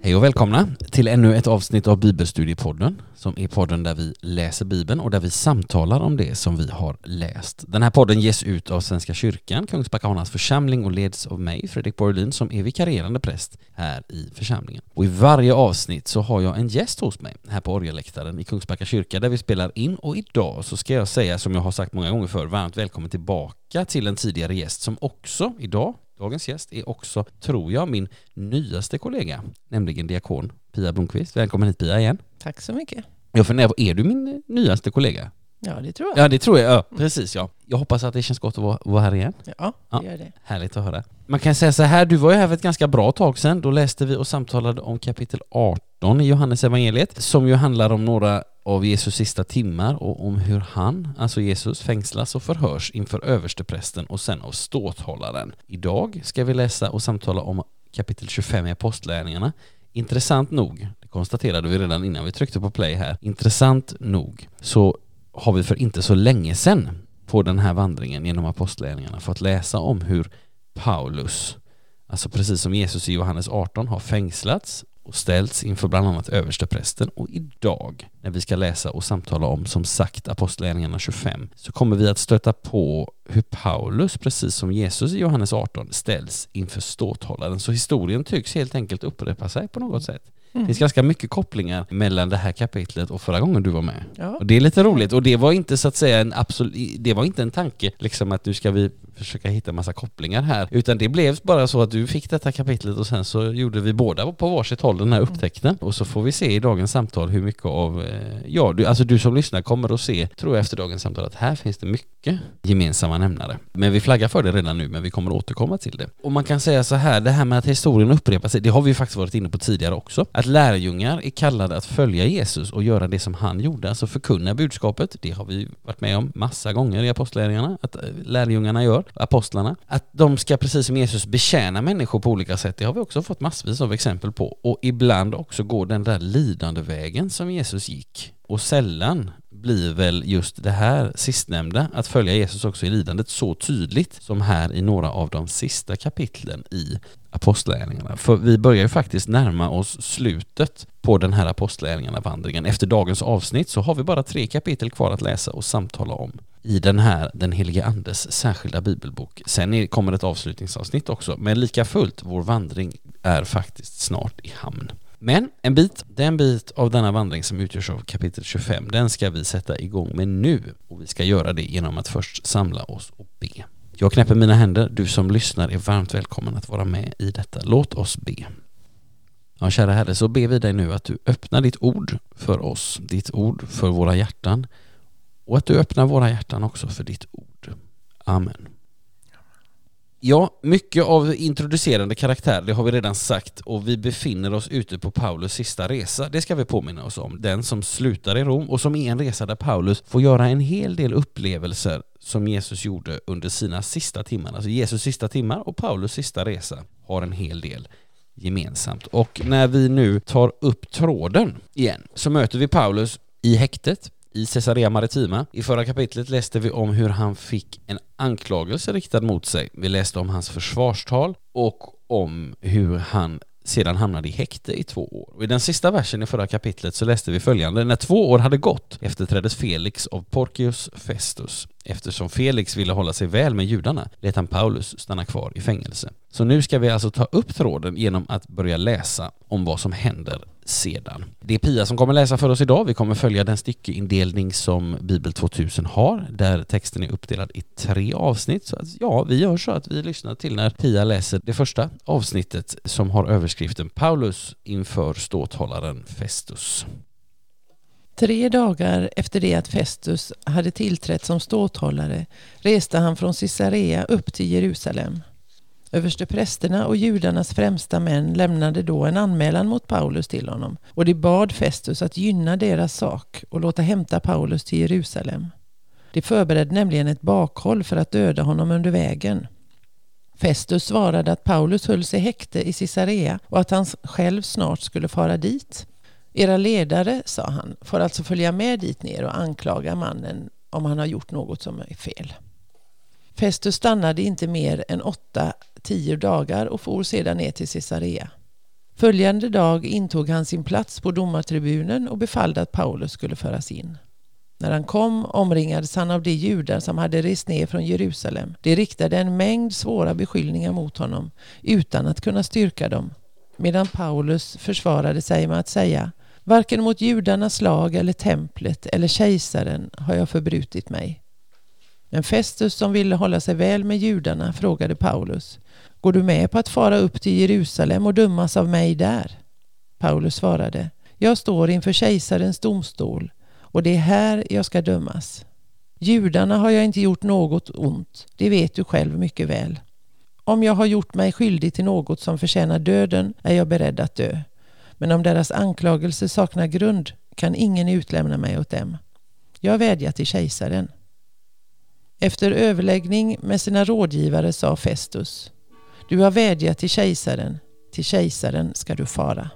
Hej och välkomna till ännu ett avsnitt av Bibelstudiepodden, som är podden där vi läser Bibeln och där vi samtalar om det som vi har läst. Den här podden ges ut av Svenska kyrkan, Kungsbacka församling, och leds av mig, Fredrik Borglin, som är vikarierande präst här i församlingen. Och i varje avsnitt så har jag en gäst hos mig här på orgelläktaren i Kungsbacka kyrka där vi spelar in, och idag så ska jag säga, som jag har sagt många gånger förr, varmt välkommen tillbaka till en tidigare gäst som också idag, dagens gäst, är också, tror jag, min nyaste kollega, nämligen diakon Pia Blomqvist. Välkommen hit, Pia, igen. Tack så mycket. Jag funderar på, är du min nyaste kollega? Ja, det tror jag. Ja, det tror jag. Ja, precis, ja. Jag hoppas att det känns gott att vara här igen. Ja, det gör det. Härligt att höra. Man kan säga så här, du var ju här för ett ganska bra tag sedan. Då läste vi och samtalade om kapitel 18 i Johannes evangeliet, som ju handlar om några av Jesus sista timmar och om hur han, alltså Jesus, fängslas och förhörs inför översteprästen och sen av ståthållaren. Idag ska vi läsa och samtala om kapitel 25 i Apostlagärningarna. Intressant nog, det konstaterade vi redan innan vi tryckte på play här, intressant nog så har vi för inte så länge sedan på den här vandringen genom Apostlagärningarna fått läsa om hur Paulus, alltså precis som Jesus i Johannes 18, har fängslats och ställts inför bland annat översteprästen. Och idag, när vi ska läsa och samtala om, som sagt, Apostlagärningarna 25, så kommer vi att stöta på hur Paulus, precis som Jesus i Johannes 18, ställs inför ståthållaren. Så historien tycks helt enkelt upprepa sig på något sätt. Det finns ganska mycket kopplingar mellan det här kapitlet och förra gången du var med. Ja. Och det är lite roligt. Och det var inte, så att säga, det var inte en tanke liksom att nu ska vi försöka hitta massa kopplingar här, utan det blev bara så att du fick detta kapitlet och sen så gjorde vi båda på varsitt håll den här upptäckten. Och så får vi se i dagens samtal hur mycket av du som lyssnar kommer att se, tror jag, efter dagens samtal, att här finns det mycket gemensamma nämnare. Men vi flaggar för det redan nu, men vi kommer att återkomma till det. Och man kan säga så här, det här med att historien upprepar sig, det har vi ju faktiskt varit inne på tidigare också. Att lärjungar är kallade att följa Jesus och göra det som han gjorde, alltså förkunna budskapet. Det har vi varit med om massa gånger i apostlagärningarna, att lärjungarna gör, apostlarna. Att de ska, precis som Jesus, betjäna människor på olika sätt. Det har vi också fått massvis av exempel på. Och ibland också gå den där lidande vägen som Jesus gick. Och sällan blir väl just det här sistnämnda, att följa Jesus också i lidandet, så tydligt som här i några av de sista kapitlen i Apostlagärningarna. För vi börjar ju faktiskt närma oss slutet på den här Apostlagärningarna-vandringen. Efter dagens avsnitt så har vi bara 3 kapitel kvar att läsa och samtala om i den helige Andes särskilda bibelbok. Sen kommer ett avslutningsavsnitt också, men lika fullt, vår vandring är faktiskt snart i hamn. Men den bit av denna vandring som utgörs av kapitel 25, den ska vi sätta igång med nu, och vi ska göra det genom att först samla oss och be. Jag knäpper mina händer, du som lyssnar är varmt välkommen att vara med i detta. Låt oss be. Ja, kära Herre, så ber vi dig nu att du öppnar ditt ord för oss, ditt ord för våra hjärtan, och att du öppnar våra hjärtan också för ditt ord. Amen. Ja, mycket av introducerande karaktär, det har vi redan sagt, och vi befinner oss ute på Paulus sista resa. Det ska vi påminna oss om. Den som slutar i Rom och som är en resa där Paulus får göra en hel del upplevelser som Jesus gjorde under sina sista timmar. Alltså Jesus sista timmar och Paulus sista resa har en hel del gemensamt. Och när vi nu tar upp tråden igen så möter vi Paulus i häktet i Caesarea Maritima. I förra kapitlet läste vi om hur han fick en anklagelse riktad mot sig. Vi läste om hans försvarstal och om hur han sedan hamnade i häkte i 2 år. Och i den sista versen i förra kapitlet så läste vi följande. När 2 år hade gått efterträddes Felix av Porcius Festus. Eftersom Felix ville hålla sig väl med judarna lät han Paulus stanna kvar i fängelse. Så nu ska vi alltså ta upp tråden genom att börja läsa om vad som händer sedan. Det är Pia som kommer läsa för oss idag. Vi kommer följa den styckeindelning som Bibel 2000 har, där texten är uppdelad i 3 avsnitt. Så att, vi gör så att vi lyssnar till när Pia läser det första avsnittet som har överskriften Paulus inför ståthållaren Festus. 3 dagar efter det att Festus hade tillträtt som ståthållare reste han från Caesarea upp till Jerusalem. Översteprästerna och judarnas främsta män lämnade då en anmälan mot Paulus till honom, och de bad Festus att gynna deras sak och låta hämta Paulus till Jerusalem. De förberedde nämligen ett bakhåll för att döda honom under vägen. Festus svarade att Paulus höll sig häkte i Caesarea och att han själv snart skulle fara dit. Era ledare, sa han, får alltså följa med dit ner och anklaga mannen om han har gjort något som är fel. Festus stannade inte mer än 8-10 dagar och for sedan ner till Caesarea. Följande dag intog han sin plats på domartribunen och befallde att Paulus skulle föras in. När han kom omringades han av de judar som hade rest ner från Jerusalem. De riktade en mängd svåra beskyllningar mot honom utan att kunna styrka dem. Medan Paulus försvarade sig med att säga: varken mot judarnas lag eller templet eller kejsaren har jag förbrutit mig. Men Festus, som ville hålla sig väl med judarna, frågade Paulus: går du med på att fara upp till Jerusalem och dömas av mig där? Paulus svarade: jag står inför kejsarens domstol och det är här jag ska dömas. Judarna har jag inte gjort något ont, det vet du själv mycket väl. Om jag har gjort mig skyldig till något som förtjänar döden är jag beredd att dö. Men om deras anklagelse saknar grund kan ingen utlämna mig åt dem. Jag vädjar till kejsaren. Efter överläggning med sina rådgivare sa Festus: du har vädjat till kejsaren ska du fara.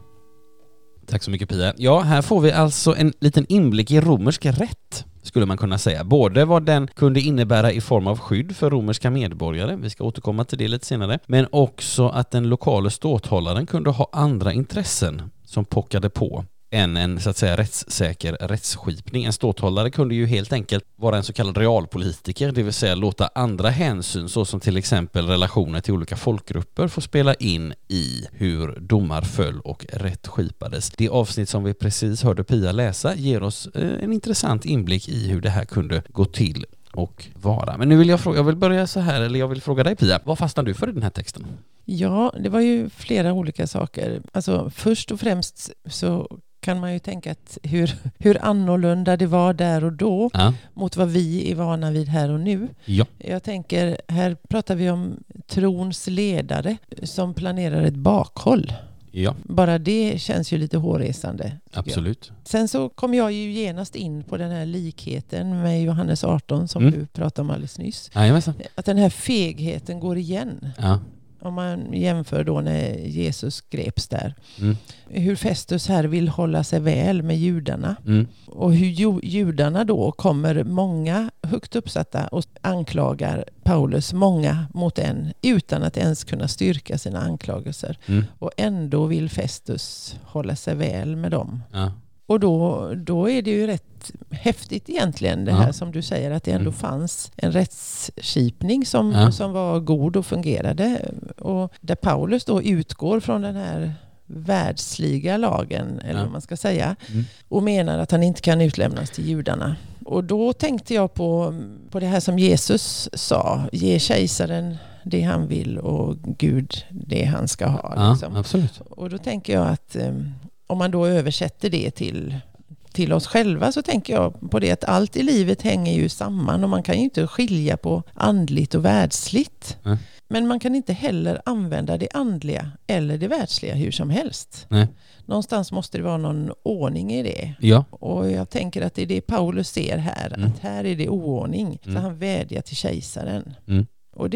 Tack så mycket, Pia. Ja, här får vi alltså en liten inblick i romersk rätt, skulle man kunna säga. Både vad den kunde innebära i form av skydd för romerska medborgare, vi ska återkomma till det lite senare, men också att den lokala ståthållaren kunde ha andra intressen som pockade på än en så att säga rättssäker rättsskipning. En ståthållare kunde ju helt enkelt vara en så kallad realpolitiker, det vill säga låta andra hänsyn, såsom till exempel relationer till olika folkgrupper, få spela in i hur domar föll och rättskipades. Det avsnitt som vi precis hörde Pia läsa ger oss en intressant inblick i hur det här kunde gå till och vara. Men nu vill jag vill börja så här, eller jag vill fråga dig, Pia, vad fastnade du för i den här texten? Ja, det var ju flera olika saker. Alltså först och främst så kan man ju tänka att hur annorlunda det var där och då mot vad vi är vana vid här och nu. Ja. Jag tänker, här pratar vi om trons ledare som planerar ett bakhåll. Ja. Bara det känns ju lite hårresande. Absolut. Sen så kom jag ju genast in på den här likheten med Johannes 18 som du pratade om alldeles nyss. Jajamensan. Att den här fegheten går igen. Ja. Om man jämför då när Jesus greps där. Hur Festus här vill hålla sig väl med judarna. Och hur judarna då kommer många högt uppsatta och anklagar Paulus, många mot en, utan att ens kunna styrka sina anklagelser. Och ändå vill Festus hålla sig väl med dem. Ja. Och då är det ju rätt häftigt egentligen det här som du säger, att det ändå fanns en rättsskipning som var god och fungerade. Och där Paulus då utgår från den här världsliga lagen, eller vad man ska säga, och menar att han inte kan utlämnas till judarna. Och då tänkte jag på det här som Jesus sa: ge kejsaren det han vill och Gud det han ska ha. Liksom. Ja, absolut. Och då tänker jag att om man då översätter det till oss själva, så tänker jag på det att allt i livet hänger ju samman och man kan ju inte skilja på andligt och världsligt. Men man kan inte heller använda det andliga eller det världsliga hur som helst. Nej. Någonstans måste det vara någon ordning i det. Ja. Och jag tänker att det är det Paulus ser här, att här är det oordning. Så han vädjar till kejsaren. Och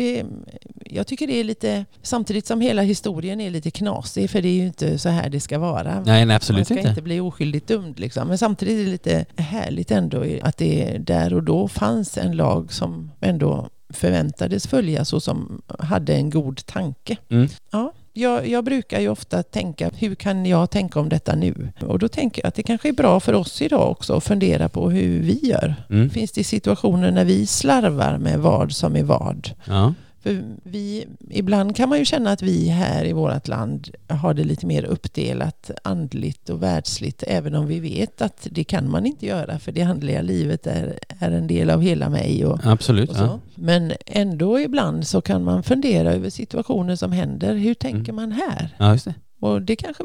jag tycker det är lite, samtidigt som hela historien är lite knasig, för det är ju inte så här det ska vara. Nej, absolut inte. Man ska inte bli oskyldigt dömd liksom. Men samtidigt är det lite härligt ändå att det där och då fanns en lag som ändå förväntades följas och som hade en god tanke. Ja. Jag brukar ju ofta tänka, hur kan jag tänka om detta nu? Och då tänker jag att det kanske är bra för oss idag också att fundera på hur vi gör. Finns det situationer när vi slarvar med vad som är vad? Ja. För ibland kan man ju känna att vi här i vårt land har det lite mer uppdelat andligt och världsligt, även om vi vet att det kan man inte göra, för det andliga livet är en del av hela mig. Absolut. Och så. Ja. Men ändå ibland så kan man fundera över situationer som händer. Hur tänker man här? Ja, just det. Och det kanske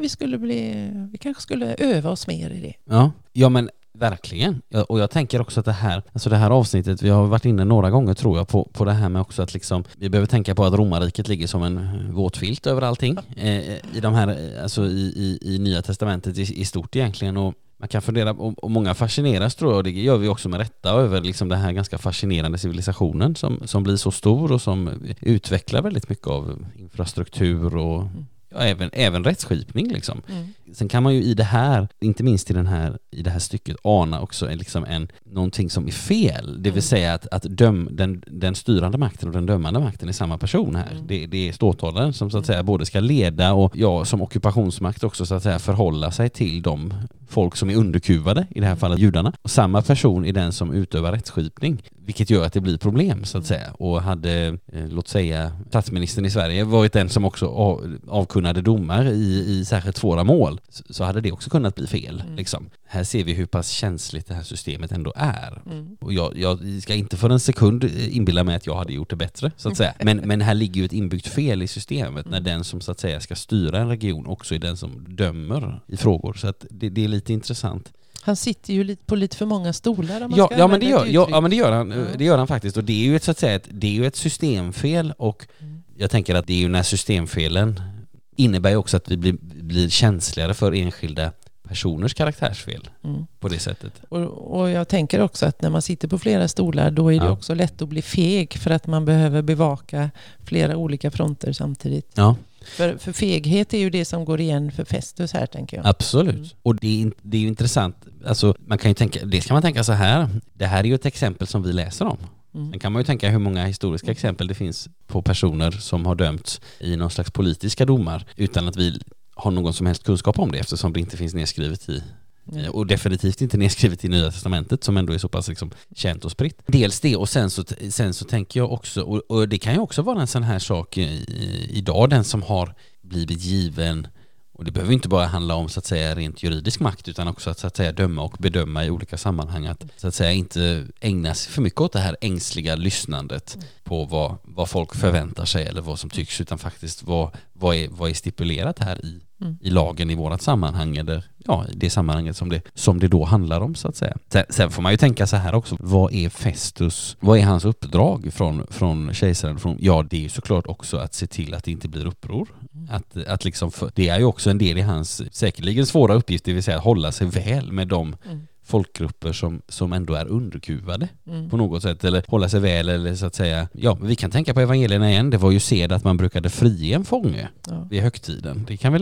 vi kanske skulle öva oss mer i det. Ja, men verkligen. Och jag tänker också att det här avsnittet, vi har varit inne några gånger tror jag på det här med också att liksom, vi behöver tänka på att romarriket ligger som en våt filt över allting i de här, alltså i Nya testamentet i stort egentligen. Och man kan fundera, och många fascineras tror jag, och det gör vi också med rätta, över liksom den här ganska fascinerande civilisationen som blir så stor och som utvecklar väldigt mycket av infrastruktur och även rättsskipning liksom. sen kan man ju i det här, inte minst i det här stycket, ana också någonting som är fel. Det vill säga att den styrande makten och den dömande makten är samma person här. Det är ståthållaren som så att säga både ska leda och som ockupationsmakt också så att säga förhålla sig till de folk som är underkuvade, i det här fallet judarna. Och samma person är den som utövar rättsskipning, vilket gör att det blir problem så att säga. Och hade, låt säga, statsministern i Sverige varit den som också avkunnade domar i särskilt svåra mål, så hade det också kunnat bli fel. Liksom. Här ser vi hur pass känsligt det här systemet ändå är. Och jag ska inte för en sekund inbilla mig att jag hade gjort det bättre, så att säga. Men här ligger ju ett inbyggt fel i systemet när den som så att säga ska styra en region också är den som dömer i frågor. Så att det är lite intressant. Han sitter ju på lite för många stolar om man ja, men det gör han. Det gör han faktiskt. Och det är ju det är ju ett systemfel, och jag tänker att det är ju när systemfelen innebär ju också att vi blir känsligare för enskilda personers karaktärsfel på det sättet. Och jag tänker också att när man sitter på flera stolar, då är det också lätt att bli feg, för att man behöver bevaka flera olika fronter samtidigt. Ja. För feghet är ju det som går igen för Festus här, tänker jag. Absolut. Och det är ju intressant. Alltså, man kan ju tänka så här. Det här är ju ett exempel som vi läser om. Sen kan man ju tänka hur många historiska exempel det finns på personer som har dömts i någon slags politiska domar utan att vi har någon som helst kunskap om det, eftersom det inte finns nedskrivet och definitivt inte nedskrivet i Nya Testamentet, som ändå är så pass känt och spritt. Dels det, och sen så tänker jag också, och det kan ju också vara en sån här sak idag, den som har blivit given, och det behöver inte bara handla om så att säga rent juridisk makt, utan också att så att säga döma och bedöma i olika sammanhang, att så att säga inte ägna sig för mycket åt det här ängsliga lyssnandet på vad folk förväntar sig eller vad som tycks, utan faktiskt vad är stipulerat här i lagen i vårat sammanhang, eller i det sammanhanget som det då handlar om, så att säga. Sen får man ju tänka så här också, vad är Festus, vad är hans uppdrag från kejsaren? Det är ju såklart också att se till att det inte blir uppror. Att liksom det är ju också en del i hans säkerligen svåra uppgift, det vill säga att hålla sig väl med de folkgrupper som ändå är underkuvade på något sätt, eller hålla sig väl, eller så att säga. Vi kan tänka på evangelierna igen. Det var ju sed att man brukade frige en fånge vid högtiden. Det kan väl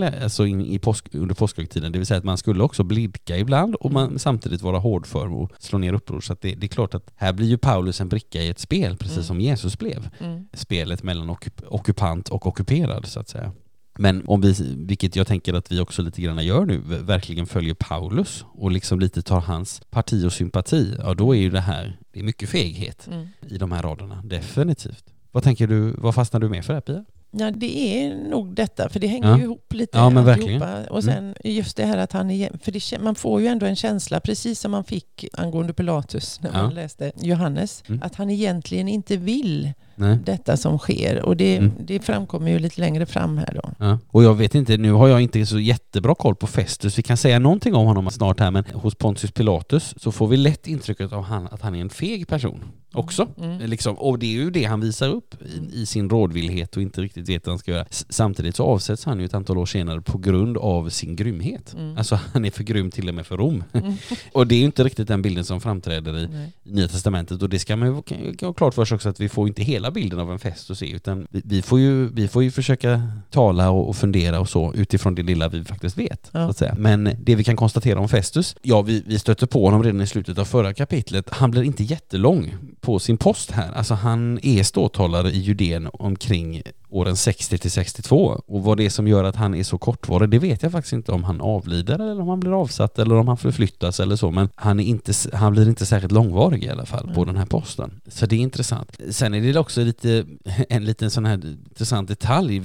under påskhögtiden, det vill säga att man skulle också blidka ibland och man samtidigt vara hårdför och slå ner uppror. Så att det är klart att här blir ju Paulus en bricka i ett spel, precis som Jesus blev. Spelet mellan ockupant och ockuperad, så att säga. Men om vi, vilket jag tänker att vi också lite grann gör nu, verkligen följer Paulus och liksom lite tar hans parti och sympati, då är ju det är mycket feghet i de här raderna, definitivt. Vad tänker du, vad fastnar du med för det, Pia? Ja, det är nog detta, för det hänger ju ihop lite. Ja, men verkligen. Och sen just det här att han är, för man får ju ändå en känsla, precis som man fick angående Pilatus när man läste Johannes, att han egentligen inte vill detta som sker. Och det framkommer ju lite längre fram här då. Ja. Och jag vet inte, nu har jag inte så jättebra koll på Festus. Vi kan säga någonting om honom snart här, men hos Pontius Pilatus så får vi lätt intrycket av att han är en feg person också. Liksom, och det är ju det han visar upp i sin rådvillhet och inte riktigt vet vad han ska göra. Samtidigt så avsätts han ju ett antal år senare på grund av sin grymhet. Alltså han är för grym till och med för Rom. Och det är ju inte riktigt den bilden som framträder i Nya Testamentet, och det ska man ju ha klart för sig också, att vi får inte hela bilden av en Festus, utan vi får ju försöka tala och fundera och så utifrån det lilla vi faktiskt vet, så att säga. Men det vi kan konstatera om Festus, vi stötte på honom redan i slutet av förra kapitlet. Han blir inte jättelång på sin post här. Alltså han är ståthållare i Judén omkring åren 60 till 62, och vad det är som gör att han är så kortvarig, det vet jag faktiskt inte, om han avlider eller om han blir avsatt eller om han förflyttas eller så, men han blir inte särskilt långvarig i alla fall på den här posten. Så det är intressant. Sen är det också en liten sån här intressant detalj.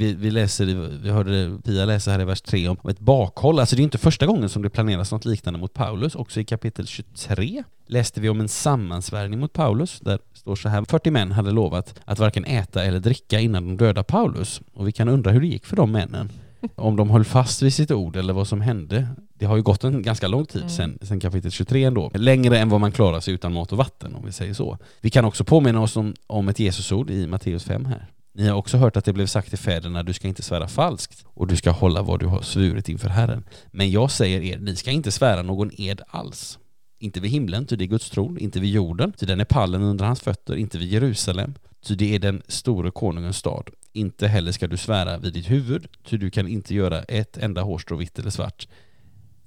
Vi hörde Pia läsa här i vers 3 om ett bakhåll. Alltså det är inte första gången som det planeras något liknande mot Paulus. Också i kapitel 23 läste vi om en sammansvärjning mot Paulus. Där står så här: 40 män hade lovat att varken äta eller dricka innan de dödade Paulus. Och vi kan undra hur det gick för de männen. Om de höll fast vid sitt ord eller vad som hände. Det har ju gått en ganska lång tid sen kapitel 23 ändå. Längre än vad man klarar sig utan mat och vatten, om vi säger så. Vi kan också påminna oss om ett Jesusord i Matteus 5 här. Ni har också hört att det blev sagt till fäderna: du ska inte svära falskt och du ska hålla vad du har svurit inför Herren. Men jag säger er, ni ska inte svära någon ed alls. Inte vid himlen, ty det är Guds tron, inte vid jorden, ty den är pallen under hans fötter, inte vid Jerusalem, ty det är den store konungens stad. Inte heller ska du svära vid ditt huvud, ty du kan inte göra ett enda hårstrå vitt eller svart.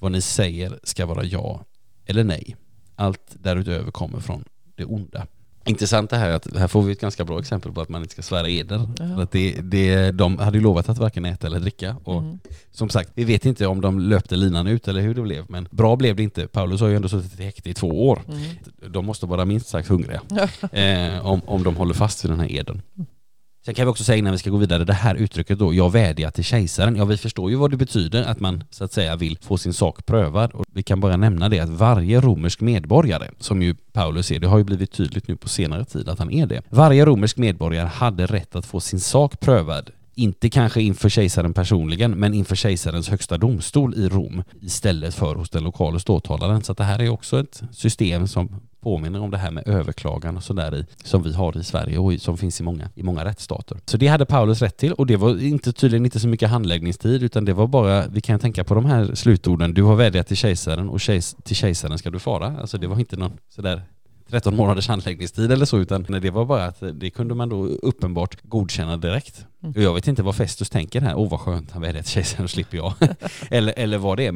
Vad ni säger ska vara ja eller nej. Allt därutöver kommer från det onda. Intressant det här att här får vi ett ganska bra exempel på att man inte ska svära eder. För att de hade ju lovat att varken äta eller dricka. Och som sagt, vi vet inte om de löpte linan ut eller hur det blev. Men bra blev det inte. Paulus har ju ändå suttit i häkte i 2 år. De måste vara minst sagt hungriga om de håller fast vid den här eden. Sen kan vi också säga innan vi ska gå vidare, det här uttrycket då, jag vädjar till kejsaren. Ja, vi förstår ju vad det betyder att man så att säga vill få sin sak prövad. Och vi kan bara nämna det att varje romersk medborgare, som ju Paulus är, det har ju blivit tydligt nu på senare tid att han är det. Varje romersk medborgare hade rätt att få sin sak prövad. Inte kanske inför kejsaren personligen, men inför kejsarens högsta domstol i Rom istället för hos den lokala ståthållaren. Så att det här är också ett system som påminner om det här med överklagan och sådär som vi har i Sverige och som finns i många rättsstater. Så det hade Paulus rätt till och det var tydligen inte så mycket handläggningstid utan det var bara, vi kan tänka på de här slutorden, du har vädjat till kejsaren och till kejsaren ska du fara. Alltså det var inte någon sådär 13 månaders handläggningstid eller så, utan det var bara att det kunde man då uppenbart godkänna direkt. Och jag vet inte vad Festus tänker här. Vad skönt, han vädjar till kejsaren och slipper jag. eller vad det är.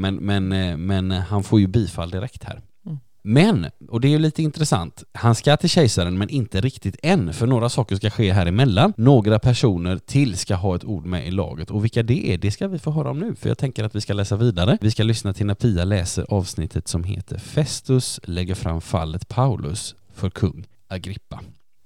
Men han får ju bifall direkt här. Men, och det är ju lite intressant, han ska till kejsaren men inte riktigt än, för några saker ska ske här emellan. Några personer till ska ha ett ord med i laget, och vilka det är, det ska vi få höra om nu, för jag tänker att vi ska läsa vidare. Vi ska lyssna till när Pia läser avsnittet som heter Festus lägger fram fallet Paulus för kung Agrippa.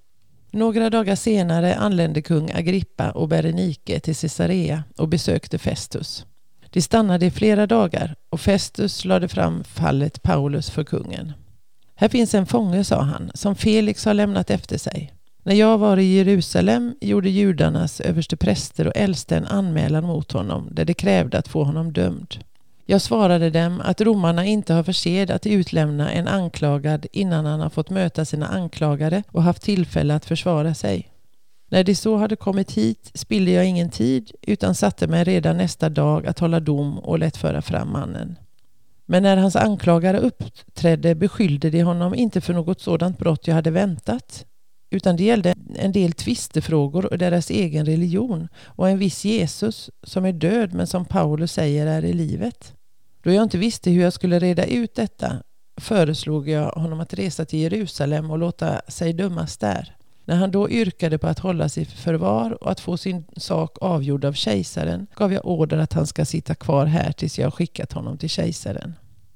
Några dagar senare anlände kung Agrippa och Berenike till Caesarea och besökte Festus. De stannade i flera dagar och Festus lade fram fallet Paulus för kungen. Här finns en fånge, sa han, som Felix har lämnat efter sig. När jag var i Jerusalem gjorde judarnas överstepräster och äldste en anmälan mot honom där de krävde att få honom dömd. Jag svarade dem att romarna inte har för sed att utlämna en anklagad innan han har fått möta sina anklagare och haft tillfälle att försvara sig. När de så hade kommit hit spillde jag ingen tid utan satte mig redan nästa dag att hålla dom och lät föra fram mannen. Men när hans anklagare uppträdde beskyllde de honom inte för något sådant brott jag hade väntat, utan det gällde en del tvistefrågor och deras egen religion och en viss Jesus som är död men som Paulus säger är i livet. Då jag inte visste hur jag skulle reda ut detta föreslog jag honom att resa till Jerusalem och låta sig dömas där. När han då yrkade på att hålla sig för förvar och att få sin sak avgjord av kejsaren gav jag order att han ska sitta kvar här tills jag skickat honom till kejsaren.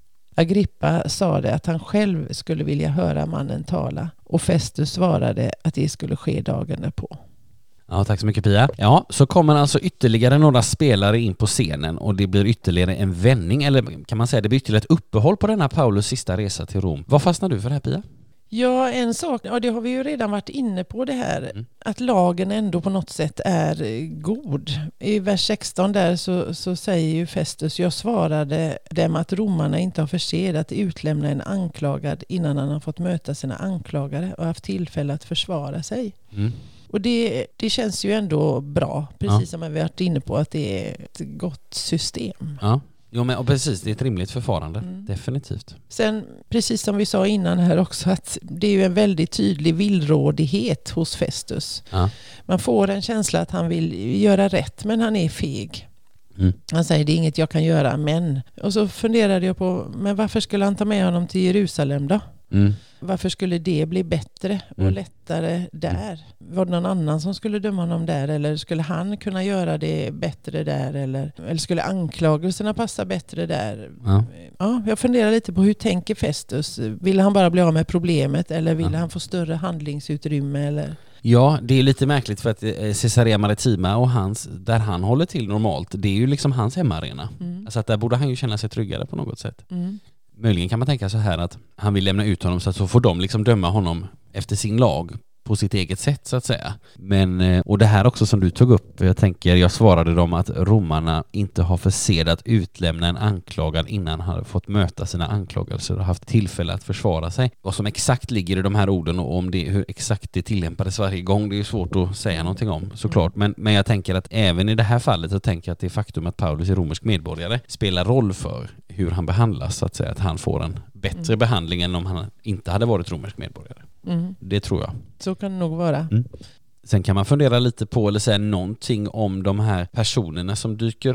Agrippa sade att han själv skulle vilja höra mannen tala och Festus svarade att det skulle ske dagen därpå. Ja, tack så mycket Pia. Ja, så kommer alltså ytterligare några spelare in på scenen och det blir ytterligare en vändning, eller kan man säga det blir ytterligare ett uppehåll på denna Paulus sista resa till Rom. Vad fastnar du för det här, Pia? Ja, en sak, ja, det har vi ju redan varit inne på det här, att lagen ändå på något sätt är god. I vers 16 där så säger ju Festus, jag svarade dem att romarna inte har för sed att utlämna en anklagad innan han har fått möta sina anklagare och haft tillfälle att försvara sig. Och det känns ju ändå bra, precis som vi har varit inne på, att det är ett gott system. Ja. Jo, men och precis, det är ett rimligt förfarande, definitivt. Sen, precis som vi sa innan här också, att det är ju en väldigt tydlig villrådighet hos Festus. Ja. Man får en känsla att han vill göra rätt, men han är feg. Han säger, det är inget jag kan göra, men... Och så funderade jag på, men varför skulle han ta med honom till Jerusalem då? Varför skulle det bli bättre och lättare där? Var det någon annan som skulle döma honom där? Eller skulle han kunna göra det bättre där? Eller skulle anklagelserna passa bättre där? Ja, jag funderar lite på hur tänker Festus? Vill han bara bli av med problemet? Eller vill han få större handlingsutrymme? Eller... Ja, det är lite märkligt för att Caesarea Maritima och där han håller till normalt, det är ju liksom hans hemmaarena. Alltså att där borde han ju känna sig tryggare på något sätt. Möjligen kan man tänka så här att han vill lämna ut honom så att så får de liksom döma honom efter sin lag på sitt eget sätt så att säga. Men, och det här också som du tog upp, jag svarade dem att romarna inte har för sed att utlämna en anklagad innan han har fått möta sina anklagelser och haft tillfälle att försvara sig. Vad som exakt ligger i de här orden och om det, hur exakt det tillämpades varje gång, det är svårt att säga någonting om såklart. Men jag tänker att även i det här fallet så tänker jag att det faktum att Paulus är romersk medborgare spelar roll för hur han behandlas så att säga, att han får en bättre behandling än om han inte hade varit romersk medborgare. Det tror jag. Så kan det nog vara. Sen kan man fundera lite på eller säga någonting om de här personerna som dyker upp.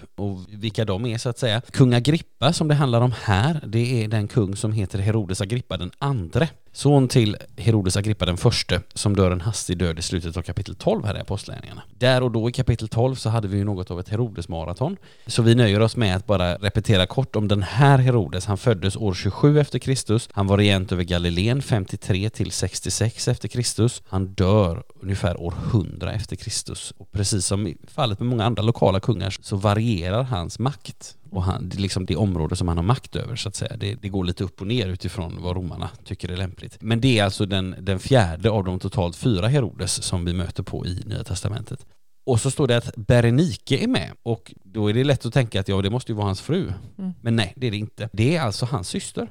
och vilka de är så att säga. Kung Agrippa som det handlar om här, det är den kung som heter Herodes Agrippa den andre. Son till Herodes Agrippa den förste som dör en hastig död i slutet av kapitel 12 här i Apostlagärningarna. Där och då i kapitel 12 så hade vi ju något av ett Herodes-maraton. Så vi nöjer oss med att bara repetera kort om den här Herodes. Han föddes år 27 efter Kristus. Han var regent över Galileen 53 till 66 efter Kristus. Han dör ungefär år 100 efter Kristus. Och precis som i fallet med många andra lokala kungar så varierar hans makt. Och det är liksom det område som han har makt över så att säga. Det går lite upp och ner utifrån vad romarna tycker är lämpligt. Men det är alltså den fjärde av de totalt 4 Herodes som vi möter på i Nya Testamentet. Och så står det att Berenike är med. Och då är det lätt att tänka att det måste ju vara hans fru. Men nej, det är det inte. Det är alltså hans syster.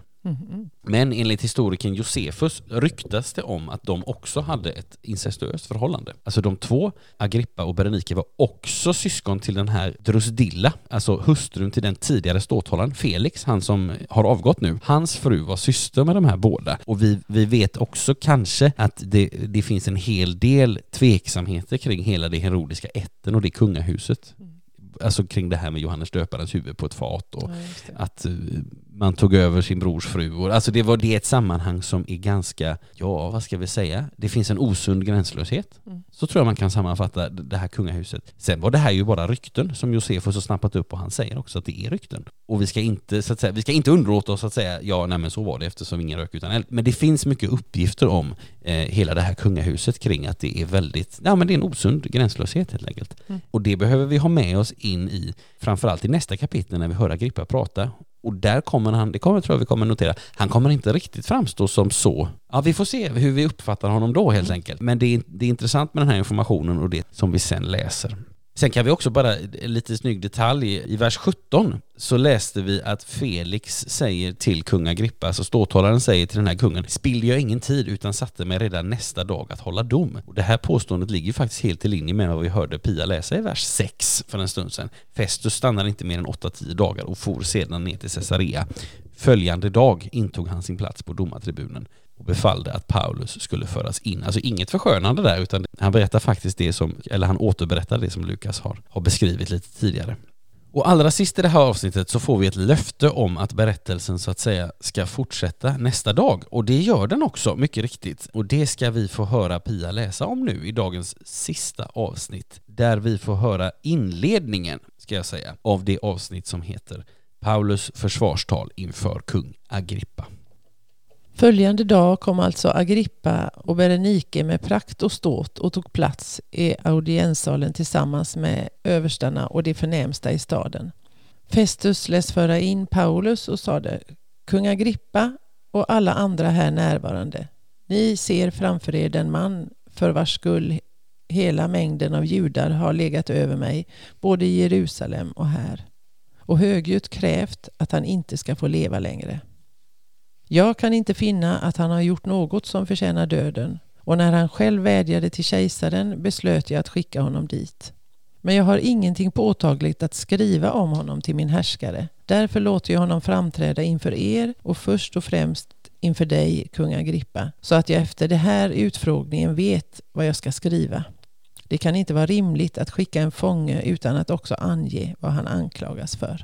Men enligt historikern Josefus ryktas det om att de också hade ett incestuöst förhållande. Alltså de 2, Agrippa och Berenike, var också syskon till den här Drusdilla, alltså hustrun till den tidigare ståthållaren Felix, han som har avgått nu. Hans fru var syster med de här båda. Och vi vet också kanske att det finns en hel del tveksamheter kring hela det herodiska ätten och det kungahuset. Alltså kring det här med Johannes döparens huvud på ett fat och att man tog över sin brors fru. Alltså det är ett sammanhang som är ganska, vad ska vi säga? Det finns en osund gränslöshet. Så tror jag man kan sammanfatta det här kungahuset. Sen var det här ju bara rykten som Josefus har snappat upp och han säger också att det är rykten. Och vi ska inte så att säga, vi ska inte underlåta oss att säga men så var det eftersom ingen rök utan eld. Men det finns mycket uppgifter om hela det här kungahuset kring att det är väldigt, men det är en osund gränslöshet helt enkelt. Och det behöver vi ha med oss in i, framförallt i nästa kapitel när vi hör Agrippa prata. Och där kommer han, tror jag vi kommer notera, han kommer inte riktigt framstå som så. Ja, vi får se hur vi uppfattar honom då helt enkelt. Men det är intressant med den här informationen och det som vi sen läser. Sen kan vi också bara, en lite snygg detalj, i vers 17 så läste vi att Felix säger till kung Agrippa, alltså ståthållaren säger till den här kungen: spill jag ingen tid utan satte mig redan nästa dag att hålla dom. Och det här påståendet ligger faktiskt helt i linje med vad vi hörde Pia läsa i vers 6 för en stund sedan. Festus stannar inte mer än 8-10 dagar och for sedan ner till Caesarea. Följande dag intog han sin plats på domartribunen och befallde att Paulus skulle föras in. Alltså inget förskönande där, utan han berättar faktiskt han återberättar det som Lukas har beskrivit lite tidigare. Och allra sist i det här avsnittet så får vi ett löfte om att berättelsen så att säga ska fortsätta nästa dag. Och det gör den också, mycket riktigt. Och det ska vi få höra Pia läsa om nu i dagens sista avsnitt. Där vi får höra inledningen, ska jag säga, av det avsnitt som heter Paulus försvarstal inför kung Agrippa. Följande dag kom alltså Agrippa och Berenike med prakt och ståt och tog plats i audienssalen tillsammans med överstarna och de förnämsta i staden. Festus läs föra in Paulus och sade: kung Agrippa och alla andra här närvarande, ni ser framför er den man för vars skull hela mängden av judar har legat över mig, både i Jerusalem och här, och högljutt krävt att han inte ska få leva längre. Jag kan inte finna att han har gjort något som förtjänar döden, och när han själv vädjade till kejsaren beslöt jag att skicka honom dit. Men jag har ingenting påtagligt att skriva om honom till min härskare. Därför låter jag honom framträda inför er och först och främst inför dig, kung Agrippa, så att jag efter det här utfrågningen vet vad jag ska skriva. Det kan inte vara rimligt att skicka en fånge utan att också ange vad han anklagas för.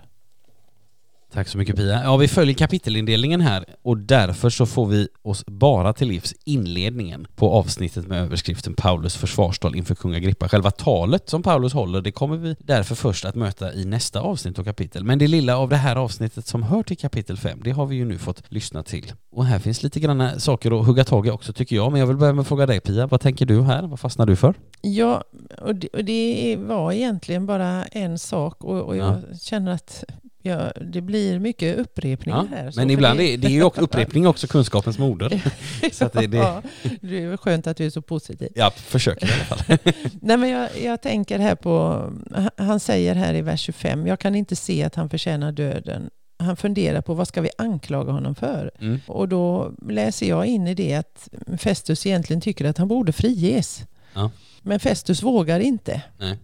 Tack så mycket Pia. Ja, vi följer kapitelindelningen här och därför så får vi oss bara till livs inledningen på avsnittet med överskriften Paulus försvarstal inför kung Agrippa. Själva talet som Paulus håller, det kommer vi därför först att möta i nästa avsnitt och kapitel. Men det lilla av det här avsnittet som hör till kapitel 5, det har vi ju nu fått lyssna till. Och här finns lite grann saker att hugga tag i också tycker jag. Men jag vill börja med att fråga dig Pia, vad tänker du här? Vad fastnar du för? Ja, och det var egentligen bara en sak och jag känner att det blir mycket upprepningar här. Men ibland det är ju också upprepning också kunskapens moder. Så att Ja, det är skönt att du är så positiv. Ja, försöker i alla fall. Nej, men jag tänker här på, han säger här i vers 25, jag kan inte se att han förtjänar döden. Han funderar på vad ska vi anklaga honom för? Och då läser jag in i det att Festus egentligen tycker att han borde friges. Ja. Men Festus vågar inte. Nej.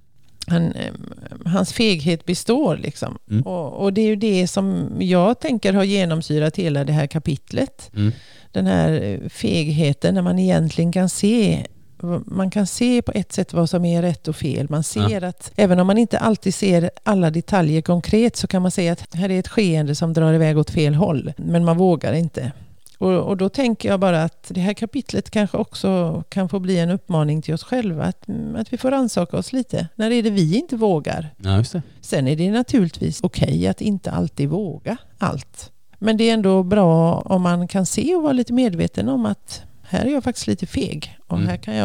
Hans feghet består liksom. Och det är ju det som jag tänker har genomsyrat hela det här kapitlet. Den här fegheten när man egentligen kan se man kan se på ett sätt vad som är rätt och fel. Man ser att även om man inte alltid ser alla detaljer konkret så kan man se att här är ett skeende som drar iväg åt fel håll. Men man vågar inte. Och då tänker jag bara att det här kapitlet kanske också kan få bli en uppmaning till oss själva. Att vi får rannsaka oss lite. När är det vi inte vågar? Ja, just det. Sen är det naturligtvis okej att inte alltid våga allt. Men det är ändå bra om man kan se och vara lite medveten om att här är jag faktiskt lite feg. Och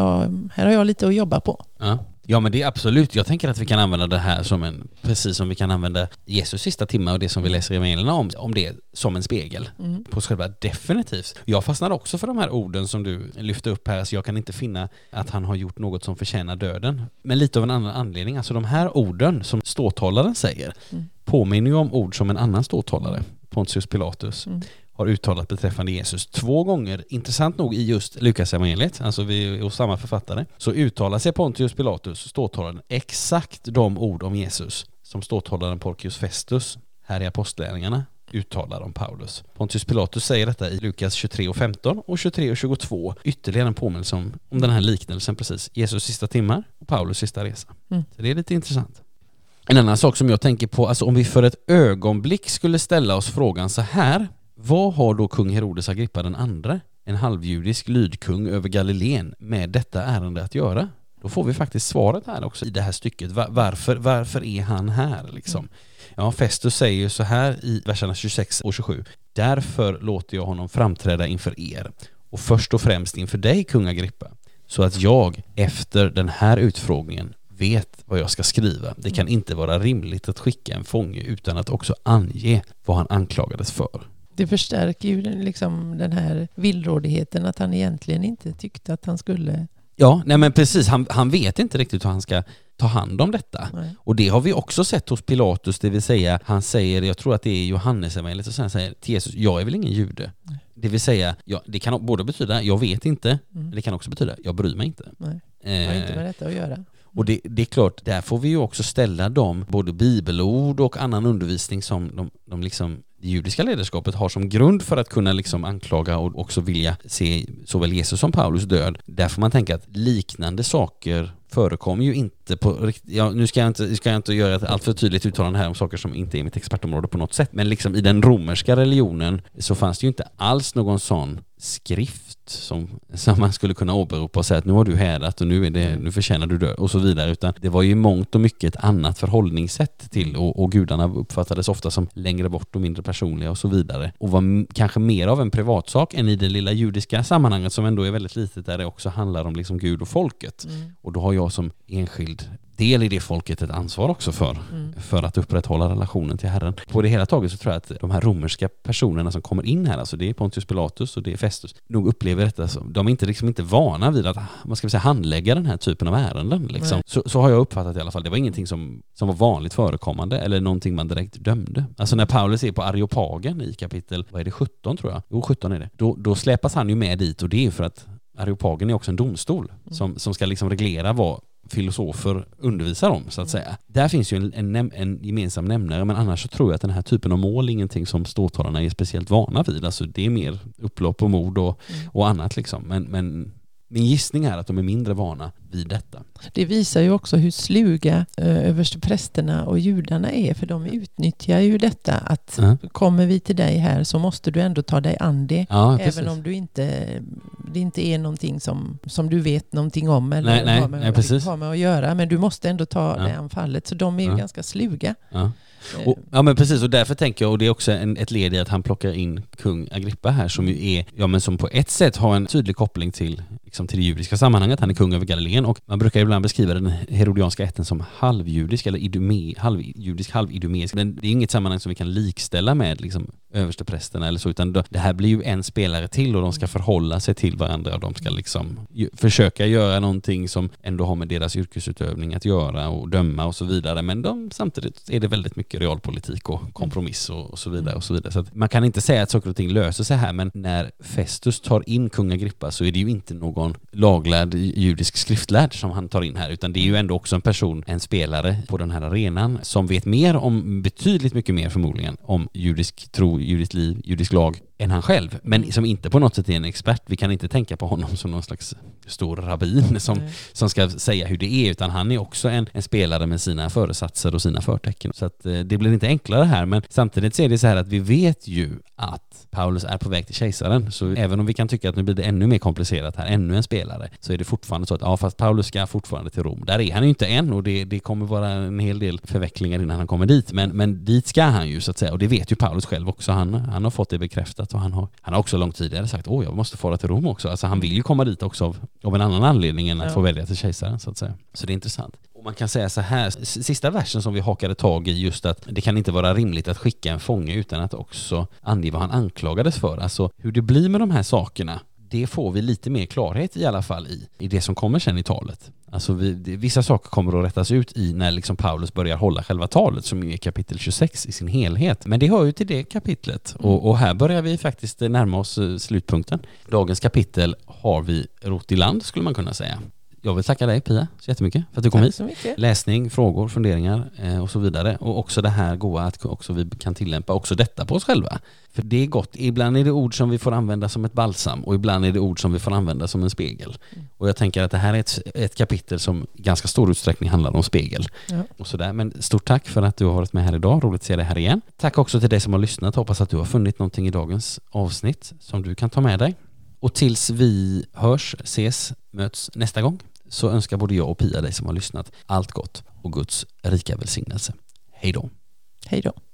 här har jag lite att jobba på. Ja, men det är absolut. Jag tänker att vi kan använda det här som precis som vi kan använda Jesus sista timme och det som vi läser i evangelierna om det som en spegel på oss själva. Definitivt. Jag fastnar också för de här orden som du lyfter upp här. Så jag kan inte finna att han har gjort något som förtjänar döden. Men lite av en annan anledning. Alltså de här orden som ståthållaren säger påminner ju om ord som en annan ståthållare, Pontius Pilatus, har uttalat beträffande Jesus 2 gånger. Intressant nog i just Lukas evangeliet, alltså vi är samma författare, så uttalar sig Pontius Pilatus, ståthållaren, exakt de ord om Jesus som ståthållaren Porcius Festus här i apostlagärningarna uttalar om Paulus. Pontius Pilatus säger detta i Lukas 23:15 och 23:22. Ytterligare en påminnelse om den här liknelsen precis. Jesus sista timmar och Paulus sista resa. Så det är lite intressant. En annan sak som jag tänker på, alltså om vi för ett ögonblick skulle ställa oss frågan så här: vad har då kung Herodes Agrippa den andre, en halvjudisk lydkung över Galileen, med detta ärende att göra? Då får vi faktiskt svaret här också i det här stycket. Varför är han här liksom? Ja, Festus säger ju så här i verserna 26 och 27. Därför låter jag honom framträda inför er och först och främst inför dig, kung Agrippa, så att jag efter den här utfrågningen vet vad jag ska skriva. Det kan inte vara rimligt att skicka en fånge utan att också ange vad han anklagades för. Det förstärker ju den här villrådigheten att han egentligen inte tyckte att han skulle... Ja, nej men precis. Han vet inte riktigt hur han ska ta hand om detta. Nej. Och det har vi också sett hos Pilatus, det vill säga han säger, jag tror att det är Johannes evangeliet, och sen säger till Jesus, jag är väl ingen jude. Nej. Det vill säga, det kan både betyda jag vet inte, men det kan också betyda jag bryr mig inte. Nej, jag har inte med detta att göra. Och det är klart, där får vi ju också ställa dem, både bibelord och annan undervisning som de liksom, det judiska ledarskapet har som grund för att kunna liksom anklaga och också vilja se såväl Jesus som Paulus död. Där får man tänka att liknande saker förekommer ju inte på riktigt. Ja, nu ska jag inte göra ett allt för tydligt uttalande här om saker som inte är mitt expertområde på något sätt. Men liksom i den romerska religionen så fanns det ju inte alls någon sån skrift som man skulle kunna åberopa och säga att nu har du hädat och nu förtjänar du dö och så vidare, utan det var ju mångt och mycket ett annat förhållningssätt till och gudarna uppfattades ofta som längre bort och mindre personliga och så vidare och var kanske mer av en privatsak än i det lilla judiska sammanhanget som ändå är väldigt litet, där det också handlar om liksom Gud och folket. Och då har jag som enskild del i det folket ett ansvar också för att upprätthålla relationen till Herren. På det hela taget så tror jag att de här romerska personerna som kommer in här, alltså det är Pontius Pilatus och det är Festus, nog upplever detta som, de är inte vana vid att handlägga den här typen av ärenden. Liksom. Så har jag uppfattat i alla fall. Det var ingenting som var vanligt förekommande eller någonting man direkt dömde. Alltså när Paulus är på Areopagen i kapitel, vad är det, 17 tror jag? Jo, 17 är det. Då släpas han ju med dit, och det är för att Areopagen är också en domstol som ska liksom reglera vad filosofer undervisar om, så att säga. Där finns ju en gemensam nämnare, men annars så tror jag att den här typen av mål är ingenting som ståthållarna är speciellt vana vid. Alltså det är mer upplopp och mord och annat liksom. Men min gissning är att de är mindre vana vid detta. Det visar ju också hur sluga översteprästerna och judarna är, för de utnyttjar ju detta att kommer vi till dig här så måste du ändå ta dig an det, även om det inte är någonting som du vet någonting om eller har med att göra, men du måste ändå ta det anfallet, så de är ju ganska sluga. Ja men precis, och därför tänker jag, och det är också ett led i att han plockar in kung Agrippa här, som ju är, som på ett sätt har en tydlig koppling till det judiska sammanhanget. Han är kung över Galileen, och man brukar ibland beskriva den herodianska ätten som halvjudisk eller halvidumeisk. Men det är inget sammanhang som vi kan likställa med översteprästerna eller så, utan det här blir ju en spelare till, och de ska förhålla sig till varandra, och de ska försöka göra någonting som ändå har med deras yrkesutövning att göra och döma och så vidare, men samtidigt är det väldigt mycket realpolitik och kompromiss och så vidare och så vidare. Så att man kan inte säga att saker och ting löser sig här, men när Festus tar in kung Agrippa så är det ju inte någon laglärd judisk skriftlärd som han tar in här, utan det är ju ändå också en person, en spelare på den här arenan som vet mer om, betydligt mycket mer förmodligen, om judisk tro, judiskt liv, judisk lag än han själv, men som inte på något sätt är en expert. Vi kan inte tänka på honom som någon slags stor rabbin som ska säga hur det är, utan han är också en spelare med sina föresatser och sina förtecken. Så att det blir inte enklare här, men samtidigt så är det så här att vi vet ju att Paulus är på väg till kejsaren, så även om vi kan tycka att nu blir det ännu mer komplicerat här, ännu en spelare, så är det fortfarande så att fast Paulus ska fortfarande till Rom. Där är han ju inte än, och det kommer vara en hel del förvecklingar innan han kommer dit, men dit ska han ju så att säga, och det vet ju Paulus själv också. Han har fått det bekräftat, och han har också långt tidigare sagt jag måste fara till Rom också. Alltså han vill ju komma dit också av en annan anledning än att få välja till kejsaren, så att säga. Så det är intressant. Och man kan säga så här, sista versen som vi hakade tag i, just att det kan inte vara rimligt att skicka en fånge utan att också ange vad han anklagades för. Alltså hur det blir med de här sakerna, det får vi lite mer klarhet i alla fall i det som kommer sen i talet. Alltså vissa saker kommer att rättas ut i när liksom Paulus börjar hålla själva talet, som är kapitel 26 i sin helhet. Men det hör ju till det kapitlet. Och här börjar vi faktiskt närma oss slutpunkten. Dagens kapitel har vi rott i land, skulle man kunna säga. Jag vill tacka dig, Pia, så jättemycket för att du kom hit. Läsning, frågor, funderingar och så vidare. Och också det här goda att också vi kan tillämpa också detta på oss själva. För det är gott. Ibland är det ord som vi får använda som ett balsam, och ibland är det ord som vi får använda som en spegel. Och jag tänker att det här är ett kapitel som i ganska stor utsträckning handlar om spegel. Ja. Och sådär. Men stort tack för att du har varit med här idag. Roligt att se dig här igen. Tack också till dig som har lyssnat. Hoppas att du har funnit någonting i dagens avsnitt som du kan ta med dig. Och tills vi möts nästa gång, så önskar både jag och Pia, dig som har lyssnat, allt gott och Guds rika välsignelse. Hej då. Hej då.